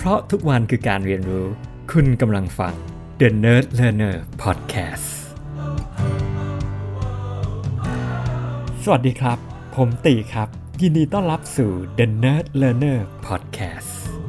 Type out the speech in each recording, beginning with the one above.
เพราะทุกวันคือการเรียนรู้คุณกำลังฟัง The Nerd Learner Podcast สวัสดีครับผมตีครับยินดีต้อนรับสู่ The Nerd Learner Podcast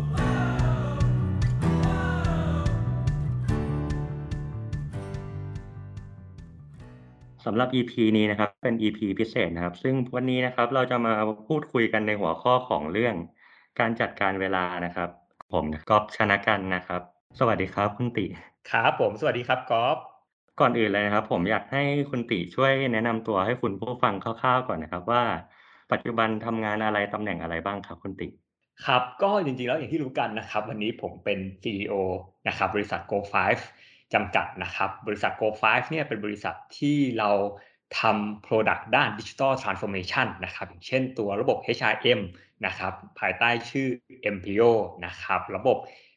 สำหรับ EP นี้นะครับเป็น EP พิเศษนะครับซึ่งวันนี้นะครับเราจะมาพูดคุยกันในหัวข้อของเรื่องการจัดการเวลานะครับผมก๊อฟชนกันนะครับสวัสดีครับคุณติครับผมสวัสดีครับก๊อฟก่อนอื่นเลยนะครับผมอยากให้คุณติช่วยแนะนำตัวให้คุณผู้ฟังคร่าวๆก่อนนะครับว่าปัจจุบันทำงานอะไรตำแหน่งอะไรบ้างครับคุณติครับก็จริงๆแล้วอย่างที่รู้กันนะครับวันนี้ผมเป็น CEO นะครับบริษัท Go5 จำกัดนะครับบริษัท Go5 เนี่ยเป็นบริษัทที่เราทำ Product ด้าน Digital Transformation นะครับอย่างเช่นตัวระบบ HRM นะครับภายใต้ชื่อ MPO นะครับระบบ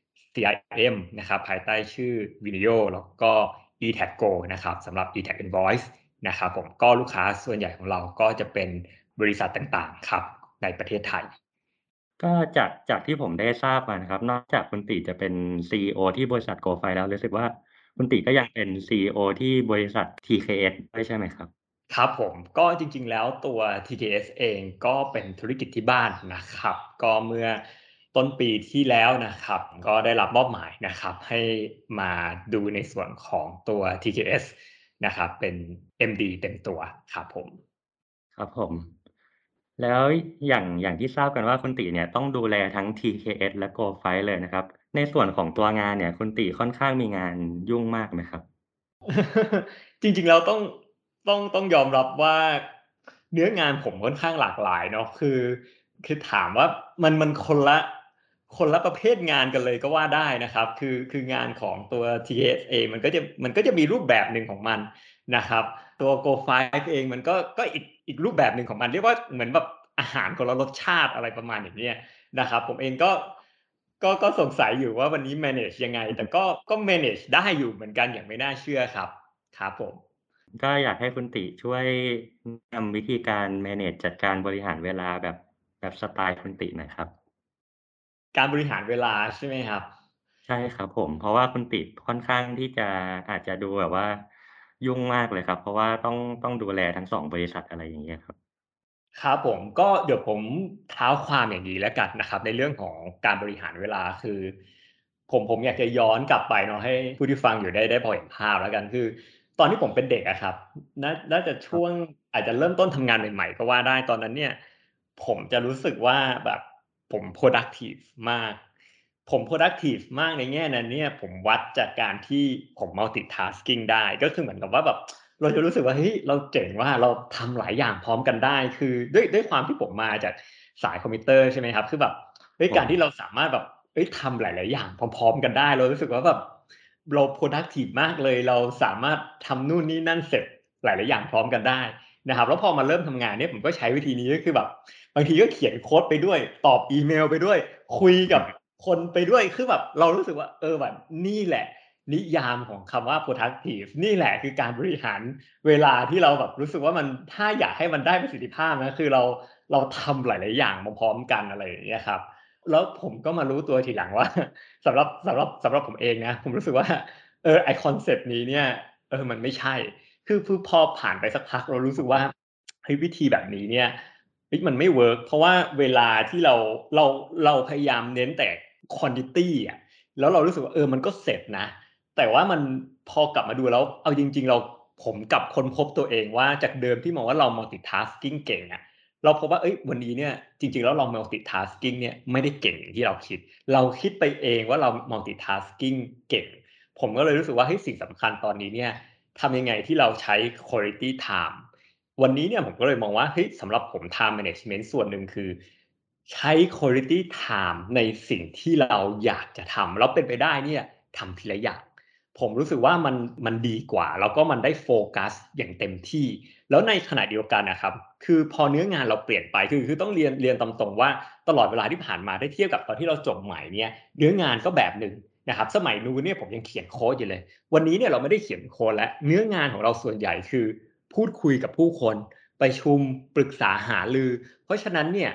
CRM นะครับภายใต้ชื่อ Vineo แล้วก็ eTagGo นะครับสำหรับ eTag Invoice นะครับผมก็ลูกค้าส่วนใหญ่ของเราก็จะเป็นบริษัทต่างๆครับในประเทศไทยก็จากที่ผมได้ทราบมานะครับนอกจากคุณติจะเป็น CEO ที่บริษัท Go5 แล้วรู้สึกว่าคุณติก็ยังเป็น CEO ที่บริษัท TKS ด้วยใช่ไหมครับครับผมก็จริงๆแล้วตัว TKS เองก็เป็นธุรกิจที่บ้านนะครับก็เมื่อต้นปีที่แล้วนะครับก็ได้รับมอบหมายนะครับให้มาดูในส่วนของตัว TKS นะครับเป็น MD เต็มตัวครับผมครับผม แล้วอย่างที่ทราบกันว่าคุณติเนี่ยต้องดูแลทั้ง TKS และ Go5 เลยนะครับในส่วนของตัวงานเนี่ยคุณติค่อนข้างมีงานยุ่งมากไหมครับจริงๆแล้วต้องยอมรับว่าเนื้องานผมค่อนข้างหลากหลายเนาะคือถามว่ามันคนละประเภทงานกันเลยก็ว่าได้นะครับคืองานของตัว TS เองมันก็จะมีรูปแบบหนึ่งของมันนะครับตัว Go5 เองมันก็อีกรูปแบบหนึ่งของมันเรียกว่าเหมือนแบบอาหารคนละรสชาติอะไรประมาณอย่างเนี้ยนะครับผมเองก็สงสัยอยู่ว่าวันนี้ manage ยังไงแต่ก็ manage ได้อยู่เหมือนกันอย่างไม่น่าเชื่อครับครับผมก็อยากให้คุณติช่วยแนะนำวิธีการ manage จัดการบริหารเวลาแบบสไตล์คุณติหน่อยครับการบริหารเวลาใช่ไหมครับใช่ครับผมเพราะว่าคุณติค่อนข้างที่จะอาจจะดูแบบว่ายุ่งมากเลยครับเพราะว่าต้องดูแลทั้ง2บริษัทอะไรอย่างเงี้ยครับครับผมก็เดี๋ยวผมเท้าความอย่างนี้แล้วกันนะครับในเรื่องของการบริหารเวลาคือผมอยากจะย้อนกลับไปเนาะให้ผู้ที่ฟังอยู่ได้พอเห็นภาพแล้วกันคือตอนที่ผมเป็นเด็กอะครับน่าจะช่วงครับอาจจะเริ่มต้นทำงานใหม่ๆก็ว่าได้ตอนนั้นเนี่ยผมจะรู้สึกว่าแบบผม productive มากผม productive มากในแง่นั้นเนี่ยผมวัดจากการที่ผม multitasking ได้ก็คือเหมือนกับว่าแบบ เราจะรู้สึกว่าเฮ้ยเราเจ๋งว่าเราทำหลายอย่างพร้อมกันได้คือด้วยความที่ผมมาจากสายคอมพิวเตอร์ใช่ไหมครับคือแบบเฮ้ยผมการที่เราสามารถแบบเฮ้ยทำหลายๆอย่างพร้อมๆกันได้เรารู้สึกว่าแบบเรา productive มากเลยเราสามารถทำนู่นนี่นั่นเสร็จหลายๆอย่างพร้อมกันได้นะครับแล้วพอมาเริ่มทำงานเนี่ยผมก็ใช้วิธีนี้ก็คือแบบบางทีก็เขียนโคดไปด้วยตอบอีเมลไปด้วยคุยกับคนไปด้วยคือแบบเรารู้สึกว่าแบบนี่แหละ นิยามของคำว่า productive นี่แหละคือการบริหารเวลาที่เราแบบรู้สึกว่ามันถ้าอยากให้มันได้ประสิทธิภาพนะคือเราทำหลายๆอย่างพร้อมๆกันอะไรอย่างเงี้ยครับแล้วผมก็มารู้ตัวทีหลังว่าสำหรับผมเองนะผมรู้สึกว่าไอ้คอนเซปต์นี้เนี่ยมันไม่ใช่คือพอผ่านไปสักพักเรารู้สึกว่าเฮ้ยวิธีแบบนี้เนี่ยเฮ้ยมันไม่เวิร์กเพราะว่าเวลาที่เราเราพยายามเน้นแต่ควอนทิตีอะแล้วเรารู้สึกว่ามันก็เสร็จนะ แต่ว่ามันพอกลับมาดูแล้วเอาจริงๆผมกลับค้นพบตัวเองว่าจากเดิมที่มองว่าเรา multitasking เก่งอะเราพบว่าเฮ้ยวันนี้เนี่ยจริงๆแล้วเรา multitasking เนี่ยไม่ได้เก่งอย่างที่เราคิดเราคิดไปเองว่าเรา multitasking เก่งผมก็เลยรู้สึกว่าเฮ้ยสิ่งสำคัญตอนนี้เนี่ยทำยังไงที่เราใช้ quality time วันนี้เนี่ยผมก็เลยมองว่าเฮ้ยสำหรับผม time management ส่วนหนึ่งคือใช้ quality time ในสิ่งที่เราอยากจะทำแล้วเป็นไปได้เนี่ยทำทีละอย่าง ผมรู้สึกว่ามันดีกว่าแล้วก็มันได้โฟกัสอย่างเต็มที่แล้วในขณะเดียวกันน่ะครับคือพอเนื้องานเราเปลี่ยนไปคือต้องเรียนตามตรงว่าตลอดเวลาที่ผ่านมาถ้าเทียบกับตอนที่เราจบใหม่เนี่ยเนื้องานก็แบบหนึ่งนะครับสมัยนู้นเนี่ยผมยังเขียนโคดอยู่เลยวันนี้เนี่ยเราไม่ได้เขียนโคดแล้วเนื้องานของเราส่วนใหญ่คือพูดคุยกับผู้คนประชุมปรึกษาหารือเพราะฉะนั้นเนี่ย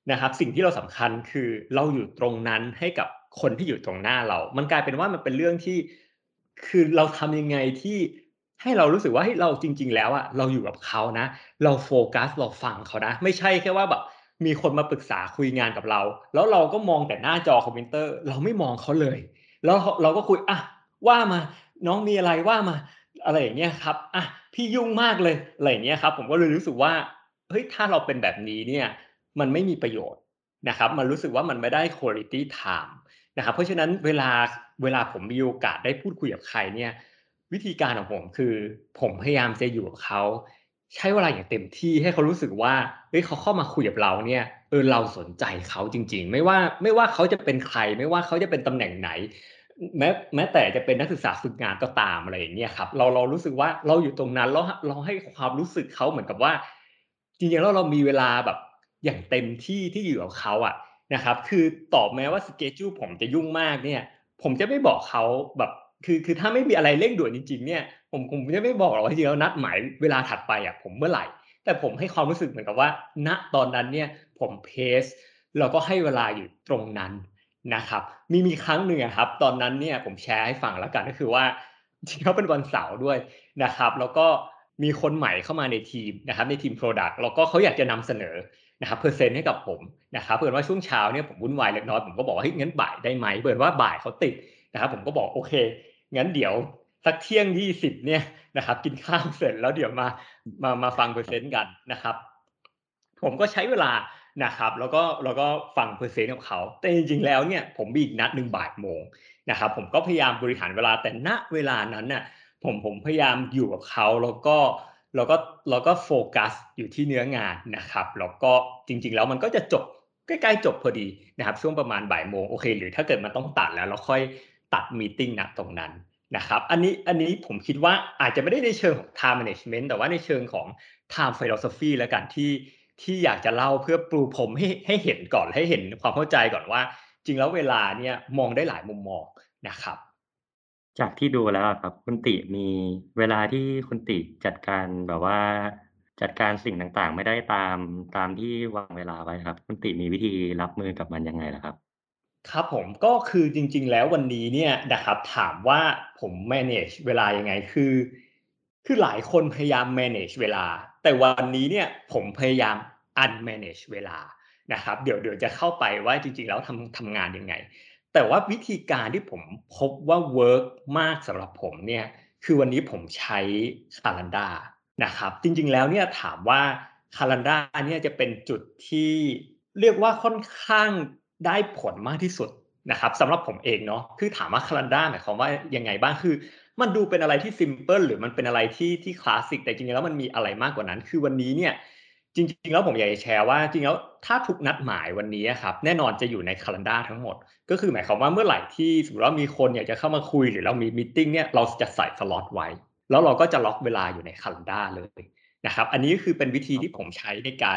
นะครับสิ่งที่เราสำคัญคือเราอยู่ตรงนั้นให้กับคนที่อยู่ตรงหน้าเรามันกลายเป็นว่ามันเป็นเรื่องที่คือเราทำยังไงที่ให้เรารู้สึกว่าเฮ้ยเราจริงๆแล้วอะเราอยู่กับเขานะเราโฟกัสเราฟังเขานะไม่ใช่แค่ว่าแบบมีคนมาปรึกษาคุยงานกับเราแล้วเราก็มองแต่หน้าจอคอมพิวเตอร์เราไม่มองเขาเลยแล้วเราก็คุยอะว่ามาน้องมีอะไรว่ามาอะไรอย่างเงี้ยครับอะพี่ยุ่งมากเลยอะไรอย่างเงี้ยครับผมก็เลยรู้สึกว่าเฮ้ยถ้าเราเป็นแบบนี้เนี่ย มันไม่มีประโยชน์นะครับมันรู้สึกว่ามันไม่ได้ quality time นะครับเพราะฉะนั้นเวลาผมมีโอกาสได้พูดคุยกับใครเนี่ยวิธีการของผมคือผมพยายามจะอยู่กับเขาใช้เวลาอย่างเต็มที่ให้เขารู้สึกว่าเฮ้ยเขาเข้ามาคุยกับเราเนี่ยเราสนใจเขาจริงๆไม่ว่าเขาจะเป็นใครไม่ว่าเขาจะเป็นตำแหน่งไหนแม้แต่จะเป็นนักศึกษาฝึกงานก็ตามอะไรอย่างเงี้ยครับเรารู้สึกว่าเราอยู่ตรงนั้นแล้วเราให้ความรู้สึกเขาเหมือนกับว่าจริงๆแล้วเรามีเวลาแบบ อย่างเต็มที่ที่อยู่กับเขาอะนะครับคือต่อแม้ว่า schedule ผมจะยุ่งมากเนี่ยผมจะไม่บอกเขาแบบคือถ้าไม่มีอะไรเร่งด่วนจริงๆเนี่ยผมจะไม่บอกหรอกว่าจริงๆแล้วนัดหมายเวลาถัดไปอะผมเมื่อไหร่แต่ผมให้ความรู้สึกเหมือนกับว่าณตอนนั้นเนี่ยผมเพซแล้วก็ให้เวลาอยู่ตรงนั้นนะครับมีครั้งหนึ่งอะครับตอนนั้นเนี่ยผมแชร์ให้ฟังแล้วกันก็คือว่าจริงๆแล้วเป็นวันเสาร์ด้วยนะครับแล้วก็มีคนใหม่เข้ามาในทีมนะครับในทีม Product แล้วก็เขาอยากจะนำเสนอ นะครับเพอร์เซ็นต์ให้กับผมนะครับเผื่อว่าช่วงเช้าเนี่ยผมวุ่นวายเล็กน้อยผมก็บอกว่าเฮ้ยงั้นบ่ายได้ไหมเผื่อว่าบ่ายเขาติดนะครับผมก็บอกโอเคงั้นเดี๋ยวสักเที่ยง20เนี่ยนะครับกินข้าวเสร็จแล้วเดี๋ยวมาฟังเพอร์เซ็นต์กันนะครับผมก็ใช้เวลานะครับแล้วก็ฟังเพอร์เซ็นต์ของเขาแต่จริงๆแล้วเนี่ยผมมีอีกนัดหนึ่งบ่ายโมงนะครับผมก็พยายามบริหารเวลาแต่ณเวลานั้นน่ะผมพยายามอยู่กับเขาแล้วก็เราก็โฟกัสอยู่ที่เนื้องานนะครับแล้วก็จริงๆแล้วมันก็จะจบใกล้ๆจบพอดีนะครับช่วงประมาณบ่ายโมงโอเคหรือถ้าเกิดมันต้องตัดแล้วเราค่อยตัดมีตติงณตรงนั้นนะครับอันนี้ผมคิดว่าอาจจะไม่ได้ในเชิงของ time management แต่ว่าในเชิงของ time philosophy แล้วกันที่อยากจะเล่าเพื่อปูพรมให้เห็นก่อนให้เห็นความเข้าใจก่อนว่าจริงแล้วเวลาเนี่ยมองได้หลายมุมมองนะครับจากที่ดูแล้วอะครับคุณติมีเวลาที่คุณติจัดการแบบว่าจัดการสิ่งต่างๆไม่ได้ตามที่วางเวลาไว้ครับคุณติมีวิธีรับมือกับมันยังไงเหรอครับครับผมก็คือจริงๆแล้ววันนี้เนี่ยนะครับถามว่าผม manage เวลายังไงคือหลายคนพยายาม manage เวลาแต่วันนี้เนี่ยผมพยายาม unmanage เวลานะครับเดี๋ยวจะเข้าไปว่าจริงๆแล้วทำงานยังไงแต่ว่าวิธีการที่ผมพบว่าเวิร์กมากสำหรับผมเนี่ยคือวันนี้ผมใช้ Calendar นะครับจริงๆแล้วเนี่ยถามว่า Calendar เนี่ยจะเป็นจุดที่เรียกว่าค่อนข้างได้ผลมากที่สุดนะครับสำหรับผมเองเนาะคือถามว่า Calendar หมายความว่ายังไงบ้างคือมันดูเป็นอะไรที่ซิมเพิลหรือมันเป็นอะไรที่คลาสสิกแต่จริงๆแล้วมันมีอะไรมากกว่านั้นคือวันนี้เนี่ยจริงๆแล้วผมอยากจะแชร์ว่าจริงๆแล้วถ้าทุกนัดหมายวันนี้อะครับแน่นอนจะอยู่ใน Calendar ทั้งหมดก็คือหมายความว่าเมื่อไหร่ที่สมมุติว่ามีคนอยากจะเข้ามาคุยหรือเรามีมีตติงเนี่ยเราจะใส่สล็อตไว้แล้วเราก็จะล็อกเวลาอยู่ใน Calendar เลยนะครับอันนี้ก็คือเป็นวิธีที่ผมใช้ในการ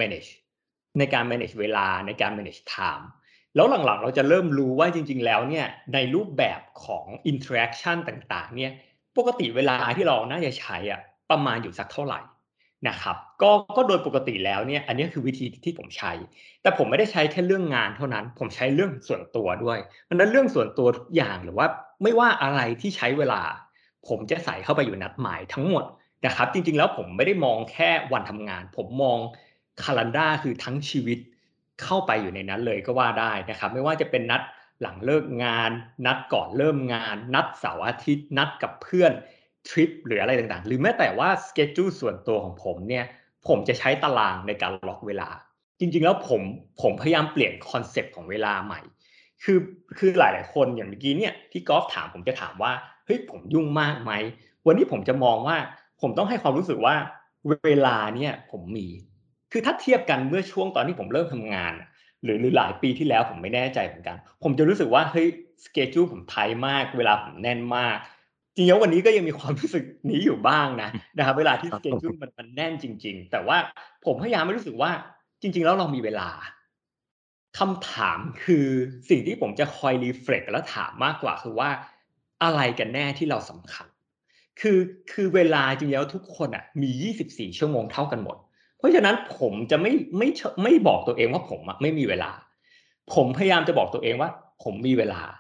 manage เวลาในการ manage time แล้วหลังๆเราจะเริ่มรู้ว่าจริงๆแล้วเนี่ยในรูปแบบของ interaction ต่างๆเนี่ยปกติเวลาที่เราน่าจะใช้อะประมาณอยู่สักเท่าไรนะครับก็โดยปกติแล้วเนี่ยอันนี้คือวิธีที่ผมใช้แต่ผมไม่ได้ใช้แค่เรื่องงานเท่านั้นผมใช้เรื่องส่วนตัวด้วยเพราะฉะนั้นเรื่องส่วนตัวทุกอย่างหรือว่าไม่ว่าอะไรที่ใช้เวลาผมจะใส่เข้าไปอยู่นัดหมายทั้งหมดนะครับจริงๆแล้วผมไม่ได้มองแค่วันทำงานผมมอง Calendar คือทั้งชีวิตเข้าไปอยู่ในนั้นเลยก็ว่าได้นะครับไม่ว่าจะเป็นนัดหลังเลิกงานนัดก่อนเริ่มงานนัดเสาร์อาทิตย์นัดกับเพื่อนทริปหรืออะไรต่างๆหรือแม้แต่ว่า schedule ส่วนตัวของผมเนี่ยผมจะใช้ตารางในการล็อกเวลาจริงๆแล้วผมพยายามเปลี่ยนคอนเซปต์ของเวลาใหม่คือคือหลายๆคนอย่างเมื่อกี้เนี่ยที่กอล์ฟถามผมจะถามว่าเฮ้ยผมยุ่งมากไหมวันนี้ผมจะมองว่าผมต้องให้ความรู้สึกว่าเวลาเนี่ยผมมี คือถ้าเทียบกันเมื่อช่วงตอนที่ผมเริ่มทำงานหรือหลายปีที่แล้วผมไม่แน่ใจเหมือนกันผมจะรู้สึกว่าเฮ้ย schedule ผมไทต์มากเวลาผมแน่นมากจริงๆแล้ววันนี้ก็ยังมีความรู้สึกนี้อยู่บ้างนะครับเวลาที่ครับผ schedule มมันแน่นจริงๆแต่ว่าผมพยายามไม่รู้สึกว่าจริงๆแล้วเรามีเวลาคำถามคือสิ่งที่ผมจะคอย reflect และถามมากกว่าคือว่าอะไรกันแน่ที่เราสำคัญคือคือเวลาจริงๆแล้วทุกคนอะมี24ชั่วโมงเท่ากันหมดเพราะฉะนั้นผมจะไม่บอกตัวเองว่าผมไม่มีเวลาผมพยายามจะบอกตัวเองว่าผมมีเวลา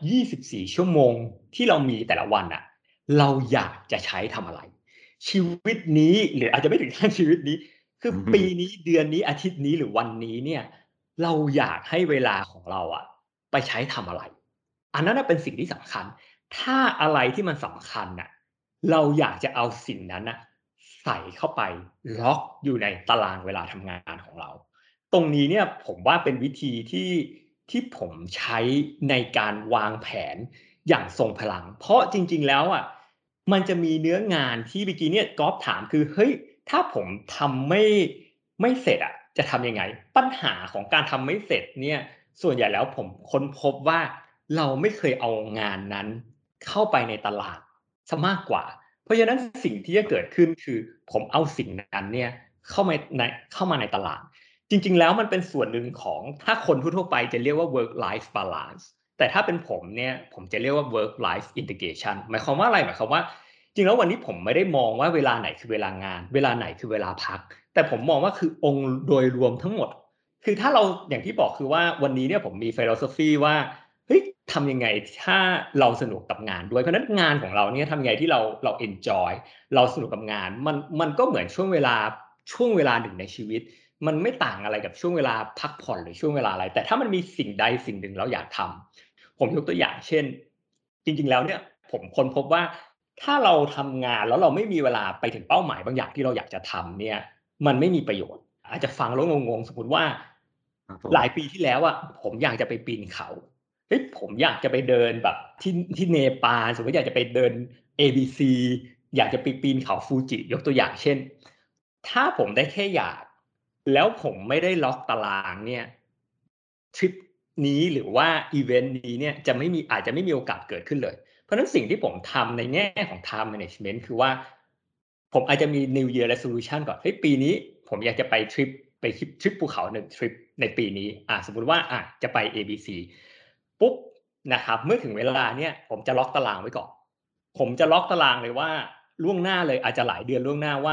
24ชั่วโมงที่เรามีแต่ละวันอ่ะเราอยากจะใช้ทำอะไรชีวิตนี้หรืออาจจะไม่ถึงขั้นชีวิตนี้คือปีนี้เดือนนี้อาทิตย์นี้หรือวันนี้เนี่ยเราอยากให้เวลาของเราอ่ะไปใช้ทำอะไรอันนั้นเป็นสิ่งที่สำคัญถ้าอะไรที่มันสำคัญน่ะเราอยากจะเอาสิ่งนั้นน่ะใส่เข้าไปล็อกอยู่ในตารางเวลาทำงานของเราตรงนี้เนี่ยผมว่าเป็นวิธีที่ผมใช้ในการวางแผนอย่างทรงพลังเพราะจริงๆแล้วอ่ะมันจะมีเนื้องานที่เมื่อกี้เนี่ยก๊อฟถามคือเฮ้ยถ้าผมทำไม่เสร็จอ่ะจะทำยังไงปัญหาของการทำไม่เสร็จเนี่ยส่วนใหญ่แล้วผมค้นพบว่าเราไม่เคยเอางานนั้นเข้าไปในตลาดซะมากกว่าเพราะฉะนั้นสิ่งที่จะเกิดขึ้นคือผมเอาสิ่งนั้นเนี่ยเข้ามาในตลาดจริงๆแล้วมันเป็นส่วนหนึ่งของถ้าคนทั่วๆไปจะเรียกว่า work life balance แต่ถ้าเป็นผมเนี่ยผมจะเรียกว่า work life integration หมายความว่าอะไรหมายความว่าจริงแล้ววันนี้ผมไม่ได้มองว่าเวลาไหนคือเวลางานเวลาไหนคือเวลาพักแต่ผมมองว่าคือองค์โดยรวมทั้งหมดคือถ้าเราอย่างที่บอกคือว่าวันนี้เนี่ยผมมี philosophy ว่าเฮ้ยทำยังไงถ้าเราสนุกกับงานด้วยเพราะนั้นงานของเราเนี่ยทำยังไงที่เรา enjoy เราสนุกกับงานมันก็เหมือนช่วงเวลาหนึ่งในชีวิตมันไม่ต่างอะไรกับช่วงเวลาพักผ่อนหรือช่วงเวลาอะไรแต่ถ้ามันมีสิ่งใดสิ่งหนึ่งเราอยากทำผมยกตัวอย่างเช่นจริงๆแล้วเนี่ยผมค้นพบว่าถ้าเราทำงานแล้วเราไม่มีเวลาไปถึงเป้าหมายบางอย่างที่เราอยากจะทำเนี่ยมันไม่มีประโยชน์อาจจะฟังแล้วงงๆสมมติว่าหลายปีที่แล้วอะผมอยากจะไปปีนเขาเฮ้ยผมอยากจะไปเดินแบบที่เนปาลสมมติอยากจะไปเดิน ABC อยากจะไปปีนเขาฟูจิยกตัวอย่างเช่นถ้าผมได้แค่อยากแล้วผมไม่ได้ล็อกตารางเนี่ยทริปนี้หรือว่าอีเวนต์นี้เนี่ยอาจจะไม่มีโอกาสเกิดขึ้นเลยเพราะฉะนั้นสิ่งที่ผมทำในแง่ของ time management คือว่าผมอาจจะมี New Year Resolution ก่อนเฮ้ยปีนี้ผมอยากจะไปทริปภูเขา1ทริปในปีนี้สมมุติว่าจะไป ABC ปุ๊บนะครับเมื่อถึงเวลาเนี่ยผมจะล็อกตารางไว้ก่อนผมจะล็อกตารางเลยว่าล่วงหน้าเลยอาจจะหลายเดือนล่วงหน้าว่า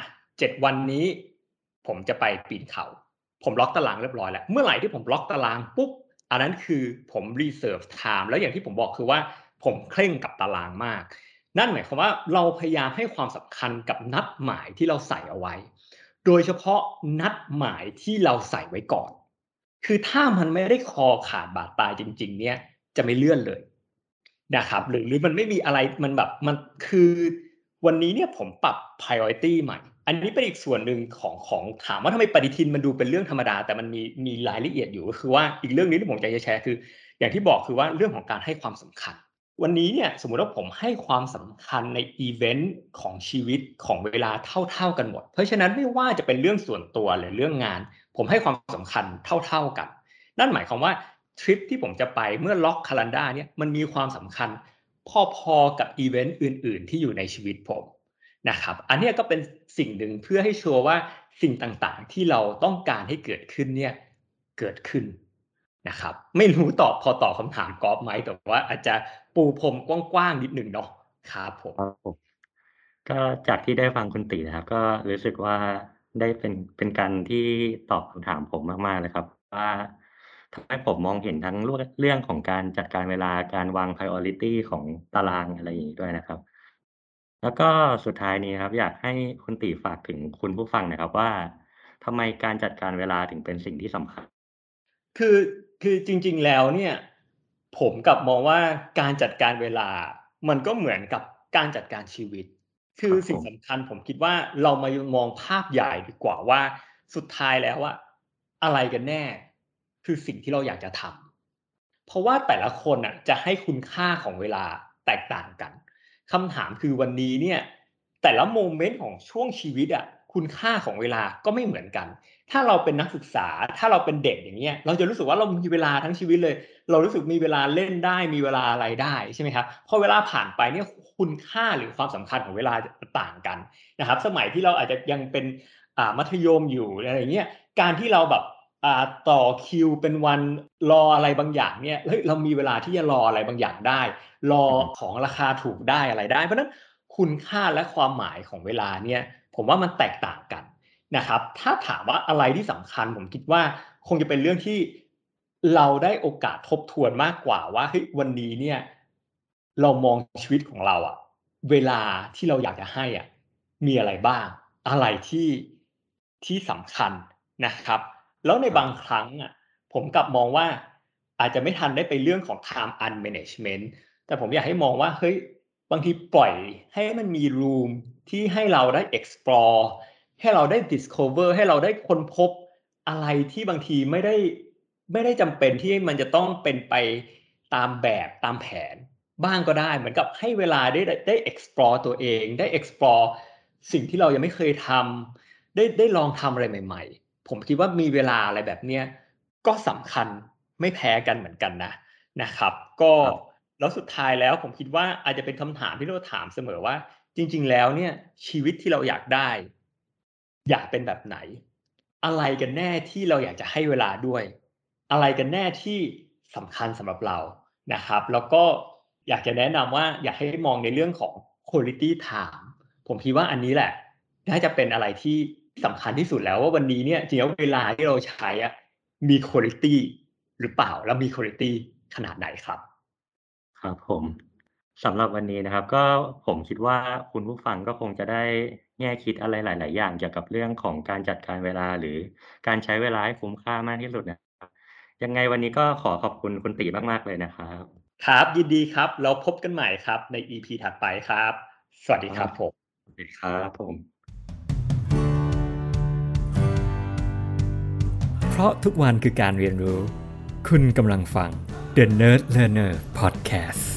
7วันนี้ผมจะไปปีนเขาผมล็อกตารางเรียบร้อยแล้วเมื่อไหร่ที่ผมล็อกตารางปุ๊บอันนั้นคือผม reserve time แล้วอย่างที่ผมบอกคือว่าผมเคร่งกับตารางมากนั่นหมายความว่าเราพยายามให้ความสำคัญกับนัดหมายที่เราใส่เอาไว้โดยเฉพาะนัดหมายที่เราใส่ไว้ก่อนคือถ้ามันไม่ได้คอขาดบาดตายจริงๆเนี่ยจะไม่เลื่อนเลยนะครับหรือมันไม่มีอะไรมันคือวันนี้เนี่ยผมปรับ priority ใหม่อันนี้เป็นอีกส่วนหนึ่งของถามว่าทำไมปฏิทินมันดูเป็นเรื่องธรรมดาแต่มันมีรายละเอียดอยู่ก็คือว่าอีกเรื่องนี้ที่ผมอยากจะแชร์คืออย่างที่บอกคือว่าเรื่องของการให้ความสำคัญวันนี้เนี่ยสมมุติว่าผมให้ความสำคัญในอีเวนต์ของชีวิตของเวลาเท่าๆกันหมดเพราะฉะนั้นไม่ว่าจะเป็นเรื่องส่วนตัวหรือเรื่องงานผมให้ความสำคัญเท่าๆกันนั่นหมายความว่าทริปที่ผมจะไปเมื่อล็อก calendar เนี่ยมันมีความสำคัญพอๆกับอีเวนต์อื่นๆที่อยู่ในชีวิตผมนะครับอันนี้ก็เป็นสิ่งหนึ่งเพื่อให้ชัวร์ว่าสิ่งต่างๆที่เราต้องการให้เกิดขึ้นเนี่ยเกิดขึ้นนะครับไม่รู้พอตอบคำถามกอล์ฟไหมแต่ว่าอาจจะปูพรมกว้างๆนิดหนึ่งเนาะครับผมครับผมก็จากที่ได้ฟังคุณตินะครับก็รู้สึกว่าได้เป็นการที่ตอบคำถามผมมากๆเลยครับว่าทำให้ผมมองเห็นทั้งเรื่องของการจัดการเวลาการวาง priority ของตารางอะไรอย่างงี้ด้วยนะครับแล้วก็สุดท้ายนี้ครับอยากให้คุณติฝากถึงคุณผู้ฟังหน่อยครับว่าทำไมการจัดการเวลาถึงเป็นสิ่งที่สำคัญคือคือจริงๆแล้วเนี่ยผมกลับมองว่าการจัดการเวลามันก็เหมือนกับการจัดการชีวิตคคือรับผมสิ่งสำคัญผมคิดว่าเรามามองภาพใหญ่ดีกว่าว่าสุดท้ายแล้วอะอะไรกันแน่คือสิ่งที่เราอยากจะทำเพราะว่าแต่ละคนน่ะจะให้คุณค่าของเวลาแตกต่างกันคำถามคือวันนี้เนี่ยแต่ละโมเมนต์ของช่วงชีวิตอะคุณค่าของเวลาก็ไม่เหมือนกัน ถ้าเราเป็นนักศึกษาถ้าเราเป็นเด็กอย่างเงี้ยเราจะรู้สึกว่าเรามีเวลาทั้งชีวิตเลยเรารู้สึกมีเวลาเล่นได้มีเวลาอะไรได้ใช่ไหมครับพอเวลาผ่านไปเนี่ยคุณค่าหรือความสำคัญของเวลาจะต่างกันนะครับสมัยที่เราอาจจะยังเป็นมัธยมอยู่อะไรอย่างเงี้ยการที่เราแบบต่อคิวเป็นวันรออะไรบางอย่างเนี่ยเฮ้ยเรามีเวลาที่จะรออะไรบางอย่างได้รออือฮึของราคาถูกได้อะไรได้เพราะฉะนั้นคุณค่าและความหมายของเวลาเนี่ยผมว่ามันแตกต่างกันนะครับถ้าถามว่าอะไรที่สำคัญผมคิดว่าคงจะเป็นเรื่องที่เราได้โอกาสทบทวนมากกว่าว่าเฮ้ยวันนี้เนี่ยเรามองชีวิตของเราอะเวลาที่เราอยากจะให้อะมีอะไรบ้างอะไรที่สำคัญนะครับแล้วในครับบางครั้งอะผมกลับมองว่าอาจจะไม่ทันได้ไปเรื่องของ time unmanagement แต่ผมอยากให้มองว่าเฮ้ยบางทีปล่อยให้มันมี room ที่ให้เราได้ explore ให้เราได้ discover ให้เราได้ค้นพบอะไรที่บางทีไม่ได้จำเป็นที่มันจะต้องเป็นไปตามแบบตามแผนบ้างก็ได้เหมือนกับให้เวลาได้ explore ตัวเองได้ explore สิ่งที่เรายังไม่เคยทำได้ลองทำอะไรใหม่ๆผมคิดว่ามีเวลาอะไรแบบเนี้ยก็สำคัญไม่แพ้กันเหมือนกันนะครับก็ครับแล้วสุดท้ายแล้วผมคิดว่าอาจจะเป็นคำถามที่เราถามเสมอว่าจริงๆแล้วเนี่ยชีวิตที่เราอยากได้อยากเป็นแบบไหนอะไรกันแน่ที่เราอยากจะให้เวลาด้วยอะไรกันแน่ที่สำคัญสำหรับเรานะครับแล้วก็อยากจะแนะนำว่าอยากให้มองในเรื่องของ quality time ผมคิดว่าอันนี้แหละน่าจะเป็นอะไรที่สำคัญที่สุดแล้วว่าวันนี้เนี่ยจริงๆแล้วเวลาที่เราใช้อะมี quality หรือเปล่าแล้วมี quality ขนาดไหนครับครับผมสำหรับวันนี้นะครับก็ผมคิดว่าคุณผู้ฟังก็คงจะได้แง่คิดอะไรหลายๆอย่างเกี่ยวกับเรื่องของการจัดการเวลาหรือการใช้เวลาให้คุ้มค่ามากที่สุดนะครับยังไงวันนี้ก็ขอขอบคุณคุณตีมากๆเลยนะครับครับยินดีครับแล้วพบกันใหม่ครับใน EP ถัดไปครับสวัสดีครับครับผมสวัสดีครับผมเพราะทุกวันคือการเรียนรู้ คุณกำลังฟัง The Nerd Learner Podcast